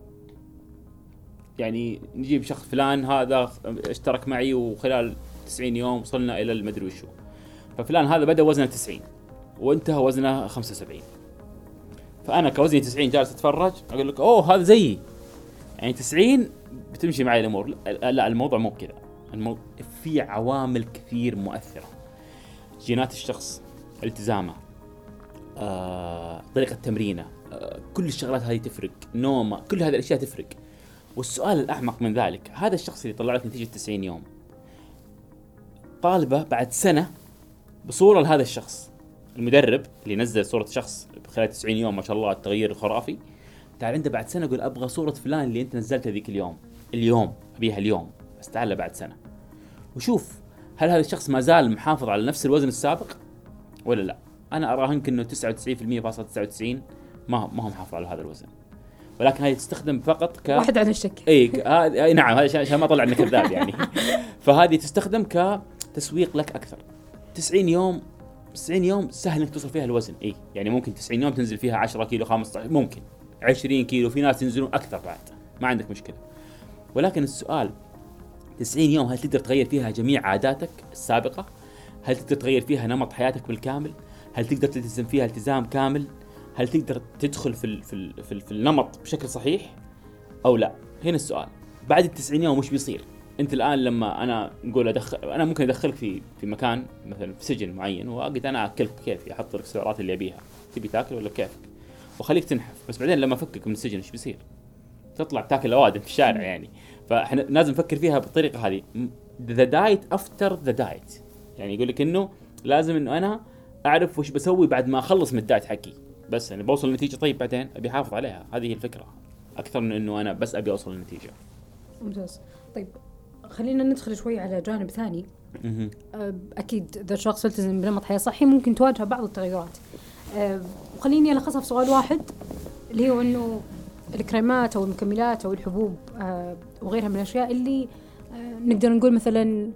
يعني نجيب شخص فلان هذا اشترك معي وخلال تسعين يوم وصلنا إلى المدري وشو، ففلان هذا بدأ وزنه تسعين وانتهى وزنه خمسة وسبعين، فأنا كوزني تسعين جالس أتفرج أقول لك أوه هذا زيي يعني تسعين بتمشي معي الأمور. لا, لا الموضوع مو كذا. الموضوع في عوامل كثير مؤثرة، جينات الشخص، التزامه، آه، طريقة تمرينه، آه، كل الشغلات هذه تفرق، نومه، كل هذه الأشياء تفرق. والسؤال الأحمق من ذلك هذا الشخص اللي طلع لك نتيجة تسعين يوم طالبه بعد سنة بصورة لهذا الشخص. المدرب اللي نزل صورة شخص خلال تسعين يوم ما شاء الله التغيير الخرافي، تعال عنده بعد سنة يقول أبغى صورة فلان اللي أنت نزلتها ذيك اليوم اليوم أبيها اليوم، بس تعال بعد سنة وشوف هل هذا الشخص ما زال محافظ على نفس الوزن السابق ولا لا. أنا أراهنك إنه تسعة وتسعين بالمئة فاصلة تسعة وتسعين ما ما هم محافظ على هذا الوزن، ولكن هذه تستخدم فقط ك واحد عن الشك. اي ك... آه... نعم هذا عشان ما طلع انه كذاب يعني. فهذه تستخدم كتسويق لك اكثر. تسعين يوم تسعين يوم سهل انك توصل فيها الوزن، اي يعني ممكن تسعين يوم تنزل فيها عشرة كيلو خمسة عشر ممكن عشرين كيلو، في ناس ينزلون اكثر بعد ما عندك مشكله. ولكن السؤال تسعين يوم هل تقدر تغير فيها جميع عاداتك السابقه؟ هل تقدر تغير فيها نمط حياتك بالكامل؟ هل تقدر تلتزم فيها التزام كامل؟ هل تقدر تدخل في ال في ال في, ال في النمط بشكل صحيح او لا؟ هنا السؤال. بعد التسعين يوم وش بيصير؟ انت الان لما انا نقول ادخل انا ممكن ادخلك في في مكان مثلا في سجن معين واقعد انا اكلك كيفي، احط لك السعرات اللي ابيها، تبي تاكل ولا كيفك، وخليك تنحف. بس بعدين لما افكك من السجن ايش بيصير؟ تطلع تاكل اوادم في الشارع يعني. فاحنا لازم نفكر فيها بالطريقه هذه، ذا دايت افتر ذا دايت. يعني يقول لك انه لازم انه انا اعرف وش بسوي بعد ما اخلص من الدايت حقي، بس يعني بوصل لنتيجه طيب بعدين ابي احافظ عليها. هذه هي الفكره اكثر من انه انا بس ابي اوصل للنتيجه. ممتاز. طيب خلينا ندخل شوي على جانب ثاني. اكيد اذا الشخص يلتزم بنمط حياه صحي ممكن تواجه بعض التغيرات. وخليني الخصها في سؤال واحد اللي هو انه الكريمات او المكملات او الحبوب وغيرها من الاشياء اللي نقدر نقول مثلا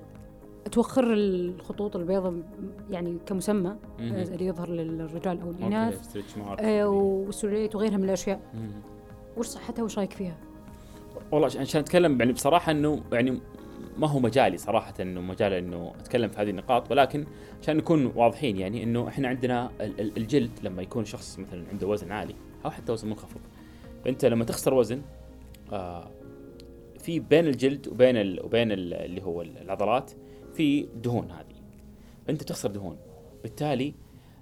توخر الخطوط البيضاء يعني كمسمى اللي يظهر للرجال او الاناث، والسوليت وغيرها من الاشياء. وش صحتها وش رايك فيها؟ والله عشان اتكلم يعني بصراحه انه يعني ما هو مجالي صراحه انه مجال انه اتكلم في هذه النقاط، ولكن عشان نكون واضحين يعني انه احنا عندنا الجلد لما يكون شخص مثلا عنده وزن عالي او حتى وزن منخفض، فانت لما تخسر وزن آه في بين الجلد وبين ال وبين ال اللي هو العضلات في دهون، هذه انت تخسر دهون، بالتالي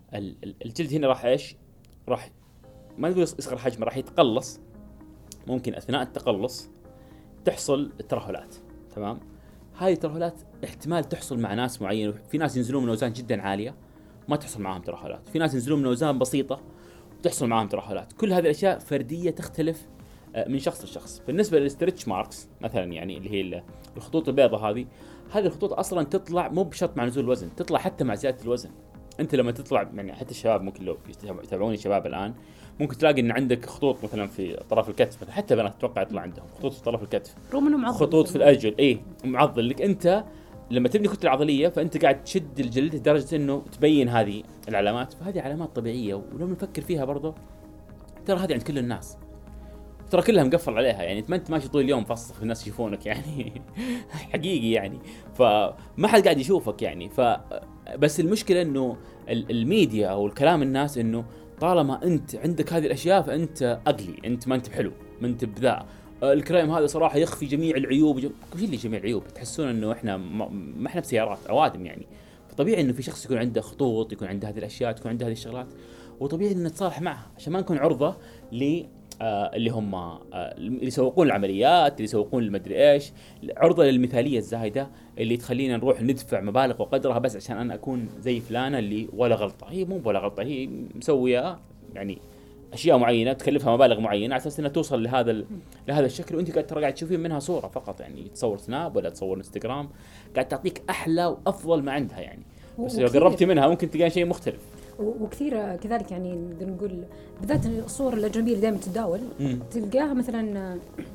الجلد هنا راح ايش؟ راح ما نقول يصغر حجمه، راح يتقلص. ممكن اثناء التقلص تحصل الترهلات، تمام؟ هاي الترهلات احتمال تحصل مع ناس معينه، في ناس ينزلون من اوزان جدا عاليه ما تحصل معهم ترهلات، في ناس ينزلون من اوزان بسيطه وتحصل معهم ترهلات. كل هذه الاشياء فرديه تختلف من شخص لشخص. بالنسبه للستريتش ماركس مثلا يعني اللي هي الخطوط البيضاء، هذه هذه الخطوط اصلا تطلع مو بشرط مع نزول الوزن، تطلع حتى مع زياده الوزن. انت لما تطلع يعني حتى الشباب ممكن لو يتابعوني شباب الان ممكن تلاقي ان عندك خطوط مثلا في طرف الكتف، حتى بنات اتوقع يطلع عندهم خطوط في طرف الكتف، خطوط في الاجل، ايه معضل لك. انت لما تبني كتله عضليه فانت قاعد تشد الجلد لدرجه انه تبين هذه العلامات، فهذه علامات طبيعيه. ولو نفكر فيها برضه ترى هذه عند كل الناس، ترى كلها مقفل عليها يعني. ما انت ماشي طول اليوم فصخ الناس يشوفونك يعني حقيقي يعني، فما حد قاعد يشوفك يعني. ف بس المشكله انه الميديا او الكلام الناس انه طالما انت عندك هذه الاشياء فانت اقلي، انت ما انت بحلو، ما انت بذا. الكريم هذا صراحه يخفي جميع العيوب. وش اللي جميع العيوب؟ تحسون انه احنا ما احنا بسيارات اوادم يعني. فطبيعي انه في شخص يكون عنده خطوط، يكون عنده هذه الاشياء، تكون عنده هذه الشغلات، وطبيعي ان نتصالح معها عشان ما نكون عرضه ل آه اللي هم آه اللي يسوقون العمليات، اللي يسوقون المدري ايش، عرضه للمثاليه الزايده اللي تخلينا نروح ندفع مبالغ وقدرها بس عشان انا اكون زي فلانه اللي ولا غلطه. هي مو ولا غلطه، هي مسويه يعني اشياء معينه تكلفها مبالغ معينه على اساس انها توصل لهذا لهذا الشكل، وانت قاعد ترى قاعد تشوفين منها صوره فقط يعني، تصور سناب ولا تصور انستغرام، قاعد تعطيك احلى وافضل ما عندها يعني. بس لو قربتي منها ممكن تلقين شيء مختلف. وكثير كذلك يعني نقدر نقول بالذات الصور الاجنبيه اللي دائما تتداول تلقاها مثلا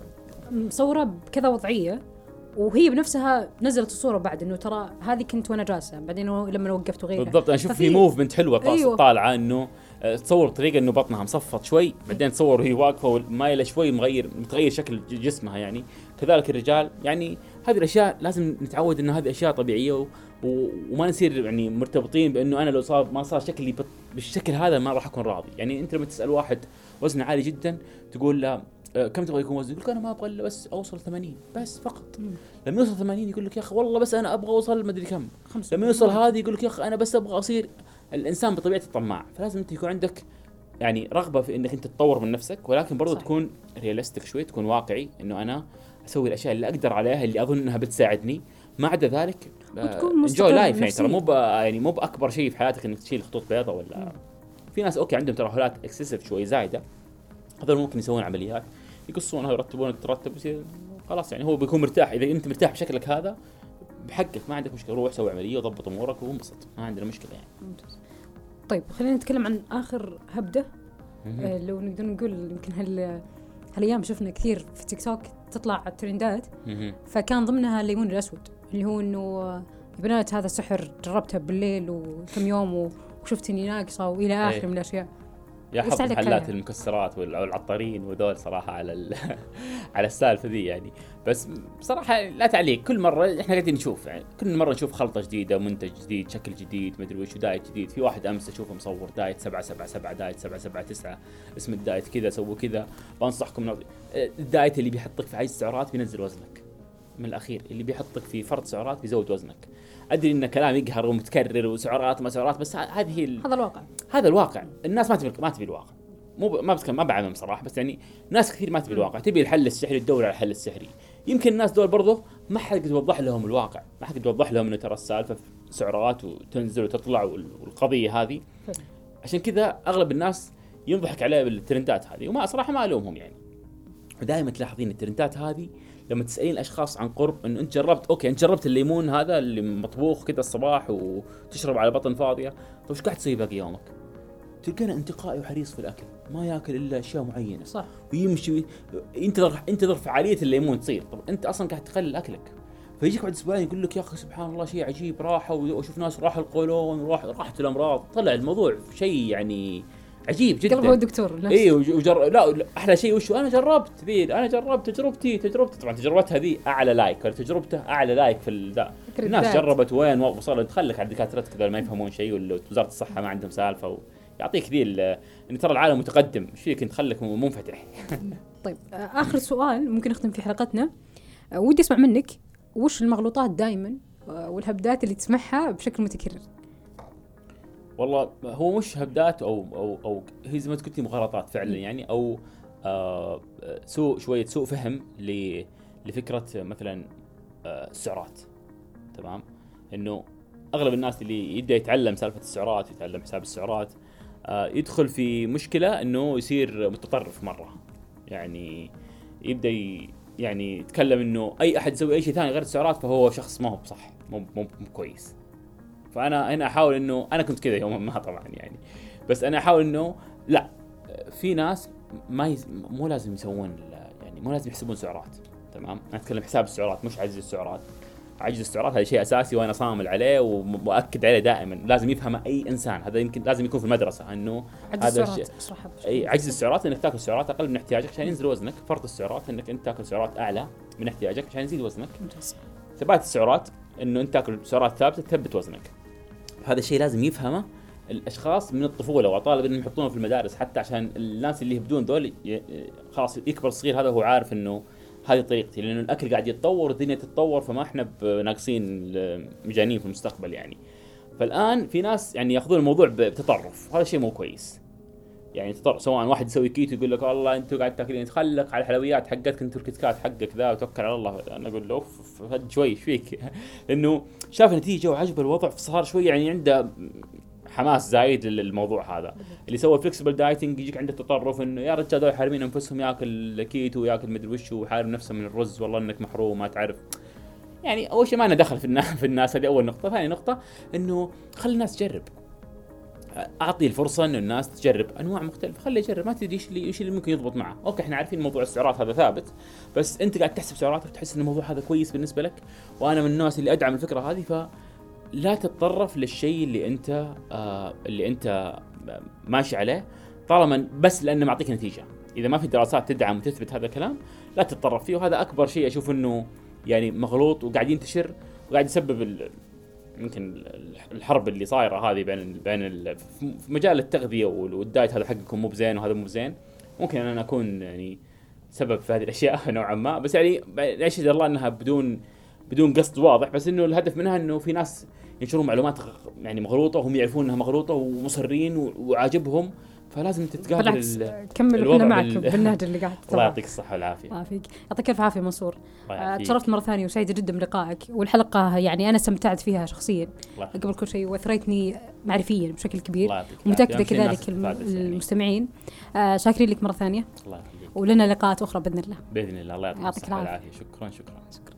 مصوره بكذا وضعيه، وهي بنفسها نزلت الصوره بعد انه ترى هذه كنت وانا جالسه، بعدين لما وقفت وغيرها بالضبط. انا اشوف في موفمنت حلوه طالعه أيوة. طالعه انه تصور طريقه انه بطنها مصفط شوي، بعدين تصور وهي واقفه ومايله شوي، مغير متغير شكل جسمها يعني. كذلك الرجال يعني. هذه الاشياء لازم نتعود ان هذه اشياء طبيعيه و... و... وما نصير يعني مرتبطين بانه انا لو صار ما صار شكلي بط... بالشكل هذا ما راح اكون راضي يعني. انت لما تسال واحد وزنه عالي جدا تقول له كم تبغى يكون وزنك؟ يقول لك انا ما ابغى الا بس اوصل ثمانين بس فقط. مم. لما يوصل ثمانين يقول لك يا اخي والله بس انا ابغى اوصل ما ادري كم. لما يوصل هذه يقول لك يا اخي انا بس ابغى اصير. الانسان بطبيعته طماع، فلازم انت يكون عندك يعني رغبه في انك انت تطور من نفسك، ولكن برضه تكون رياليستيك شوي، تكون واقعي انه انا اسوي الاشياء اللي اقدر عليها اللي اظن انها بتساعدني. ما عدا ذلك انجوي لايف يعني. ترى مو يعني مو باكبر شيء في حياتك انك تشيل خطوط بيضاء ولا مم. في ناس اوكي عندهم ترهلات اكسسيف شوي زايده، هذول ممكن يسوون عمليات يقصونها يرتبون ترتب يصير خلاص يعني هو بيكون مرتاح. اذا انت مرتاح بشكلك هذا بحقك ما عندك مشكله، روح سوي عمليه وضبط امورك وانبسط، ما عندنا مشكله يعني. ممتاز. طيب خلينا نتكلم عن اخر هبده. آه لو نقدر نقول يمكن هال هالايام شفنا كثير في تيك توك تطلع الترندات، فكان ضمنها الليمون الاسود اللي هو انه بنات هذا سحر جربتها بالليل وكم يوم وشفت اني ناقصه والى اخره من الاشياء. يحط محلات المكسرات والعطارين وذول صراحه على على السالفه ذي يعني. بس بصراحه لا تعليق، كل مره احنا قاعدين نشوف يعني كل مره نشوف خلطه جديده، منتج جديد، شكل جديد، ما ادري وش، دايت جديد. في واحد امس اشوفه مصور دايت سبعة سبعة سبعة، دايت سبعة سبعة تسعة، اسم الدايت كذا، سووا كذا. بنصحكم الدايت اللي بيحطك في عايز سعرات بينزل وزنك. من الاخير اللي بيحطك في فرض سعرات بيزود وزنك. ادري ان كلام يقهر ومتكرر وسعرات ما سعرات، بس هذه ال... هذا الواقع. هذا الواقع. الناس ما تبي ما تبي الواقع، مو ب... ما بتكلم ما بعمم صراحه، بس يعني ناس كثير ما تبي الواقع، تبي الحل السحري، تدور على الحل السحري. يمكن الناس دول برضه ما حد يوضح لهم الواقع، ما حد يوضح لهم انه ترى السالفه سعرات وتنزل وتطلع والقضيه هذه. عشان كذا اغلب الناس ينضحك عليه بالترندات هذه، وما صراحه ما الومهم يعني. ودائما تلاحظين الترندات هذه لما تسالين الاشخاص عن قرب انه انت جربت، اوكي انت جربت الليمون هذا اللي مطبوخ كذا الصباح وتشرب على بطن فاضيه، طيب ايش قاعد تسوي باقي يومك؟ تلقانا انتقائي وحريص في الاكل، ما ياكل الا اشياء معينه، صح، ويمشي ينتظر ينتظر فعاليه الليمون تصير. طب انت اصلا قاعد تقلل اكلك، فيجيك بعد اسبوعين يقول لك يا اخي سبحان الله شيء عجيب، راحه واشوف ناس راح القولون وراح راحت الامراض، طلع الموضوع شيء يعني عجيب جدا. قلبه الدكتور اي وجر... لا احلى شيء وشو، انا جربت ذي، انا جربت تجربتي تجربتي طبعا تجربتها ذي اعلى لايك، ولا تجربته اعلى لايك في ذا. الناس جربت وين وصلت، تخلك على دكاترتك كذا ما يفهمون شيء، ولا وزاره الصحه ما عندهم سالفه، ويعطيك ذي ان ترى العالم متقدم، ايش فيك انت خليك منفتح. طيب اخر سؤال ممكن نختم في حلقتنا، ودي اسمع منك وش المغلوطات دائما والهبدات اللي تسمعها بشكل متكرر؟ والله هو مش هبدات او او او هي زي ما قلتي مغالطات فعلا يعني، او آه سوء شويه سوء فهم لفكره مثلا آه السعرات. تمام، انه اغلب الناس اللي يبدا يتعلم سالفه السعرات ويتعلم حساب السعرات آه يدخل في مشكله انه يصير متطرف مره، يعني يبدا يعني يتكلم انه اي احد يسوي اي شيء ثاني غير السعرات فهو شخص ما هو بصح، مو مو كويس. فانا هنا احاول انه انا كنت كذا يوما ما طبعا يعني، بس انا احاول انه لا، في ناس ما يز... مو لازم يسوون يعني مو لازم يحسبون سعرات. تمام، انا اتكلم حساب السعرات مش عجز السعرات. عجز السعرات هذا شيء اساسي وانا صامل عليه ومؤكد عليه دائما، لازم يفهم اي انسان. هذا يمكن لازم يكون في المدرسه انه هذا الشيء. اي عجز السعرات انك تاكل سعرات اقل من احتياجك عشان ينزل وزنك، فرط السعرات انك انت تاكل سعرات اعلى من احتياجك عشان يزيد وزنك. ثبات السعرات انه انت تاكل سعرات ثابته تثبت وزنك. هذا الشيء لازم يفهمه الاشخاص من الطفوله، واطالب انهم يحطونه في المدارس حتى عشان الناس اللي يبدون ذول خلاص يكبر صغير هذا هو عارف انه هذه طريقتي، لانه الاكل قاعد يتطور والدنيا تتطور، فما احنا ناقصين مجانين في المستقبل يعني. فالان في ناس يعني ياخذون الموضوع بتطرف، وهذا شيء مو كويس يعني. تطرف سواء واحد يسوي كيتو يقول لك والله انتوا قاعد تاكلين، تخلق على الحلويات حقتك انت والكيت كات حقك ذا وتوكل على الله. انا اقول له اوف هد شوي ايش فيك؟ لانه شاف نتيجه وعجبه الوضع فصار شوي يعني عنده حماس زايد للموضوع هذا. اللي سوى فليكسبل دايتنج يجيك عنده تطرف انه يا رجال هذول حارمين انفسهم، ياكل كيتو وياكل مدري وش وحارم نفسه من الرز، والله انك محروم ما تعرف. يعني اول شيء ما انا دخل في الناس في الناس هذه اول نقطه. ثاني نقطه انه خلي الناس تجرب، اعطي الفرصه انه الناس تجرب انواع مختلفه، خليه يجرب، ما تدري ايش اللي ايش اللي ممكن يضبط معه. اوكي احنا عارفين موضوع السعرات هذا ثابت، بس انت قاعد تحسب سعراتك وتحس ان الموضوع هذا كويس بالنسبه لك، وانا من الناس اللي ادعم الفكره هذه. فلا تتطرف للشيء اللي انت آه اللي انت ماشي عليه طالما بس لانه معطيك نتيجه. اذا ما في دراسات تدعم وتثبت هذا الكلام لا تتطرف فيه، وهذا اكبر شيء اشوف انه يعني مغلوط وقاعد ينتشر وقاعد يسبب يمكن الحرب اللي صايره هذه بين بين في مجال التغذيه والدايت. هذا حقكم مو بزين وهذا مو بزين. ممكن انا اكون يعني سبب في هذه الاشياء نوعا ما، بس يعني اشهد الله انها بدون بدون قصد واضح، بس انه الهدف منها انه في ناس ينشرون معلومات يعني مغلوطه وهم يعرفون انها مغلوطه ومصرين وعاجبهم، فلازم تتقابل. تكمل احنا معك بالنهج اللي قاعد. الله يعطيك الصحه والعافيه. الله يعافيك، يعطيك الف عافيه منصور. تشرفت مره ثانيه وسعيده جدا بلقائك، والحلقه يعني انا استمتعت فيها شخصيا قبل كل شيء، واثريتني معرفيا بشكل كبير، ومتاكده كذلك المستمعين. آه شاكرين لك مره ثانيه. الله يخليك، ولنا لقاءات اخرى باذن الله. باذن الله. الله يعطيك الصحه والعافيه. شكرا شكرا شكرا.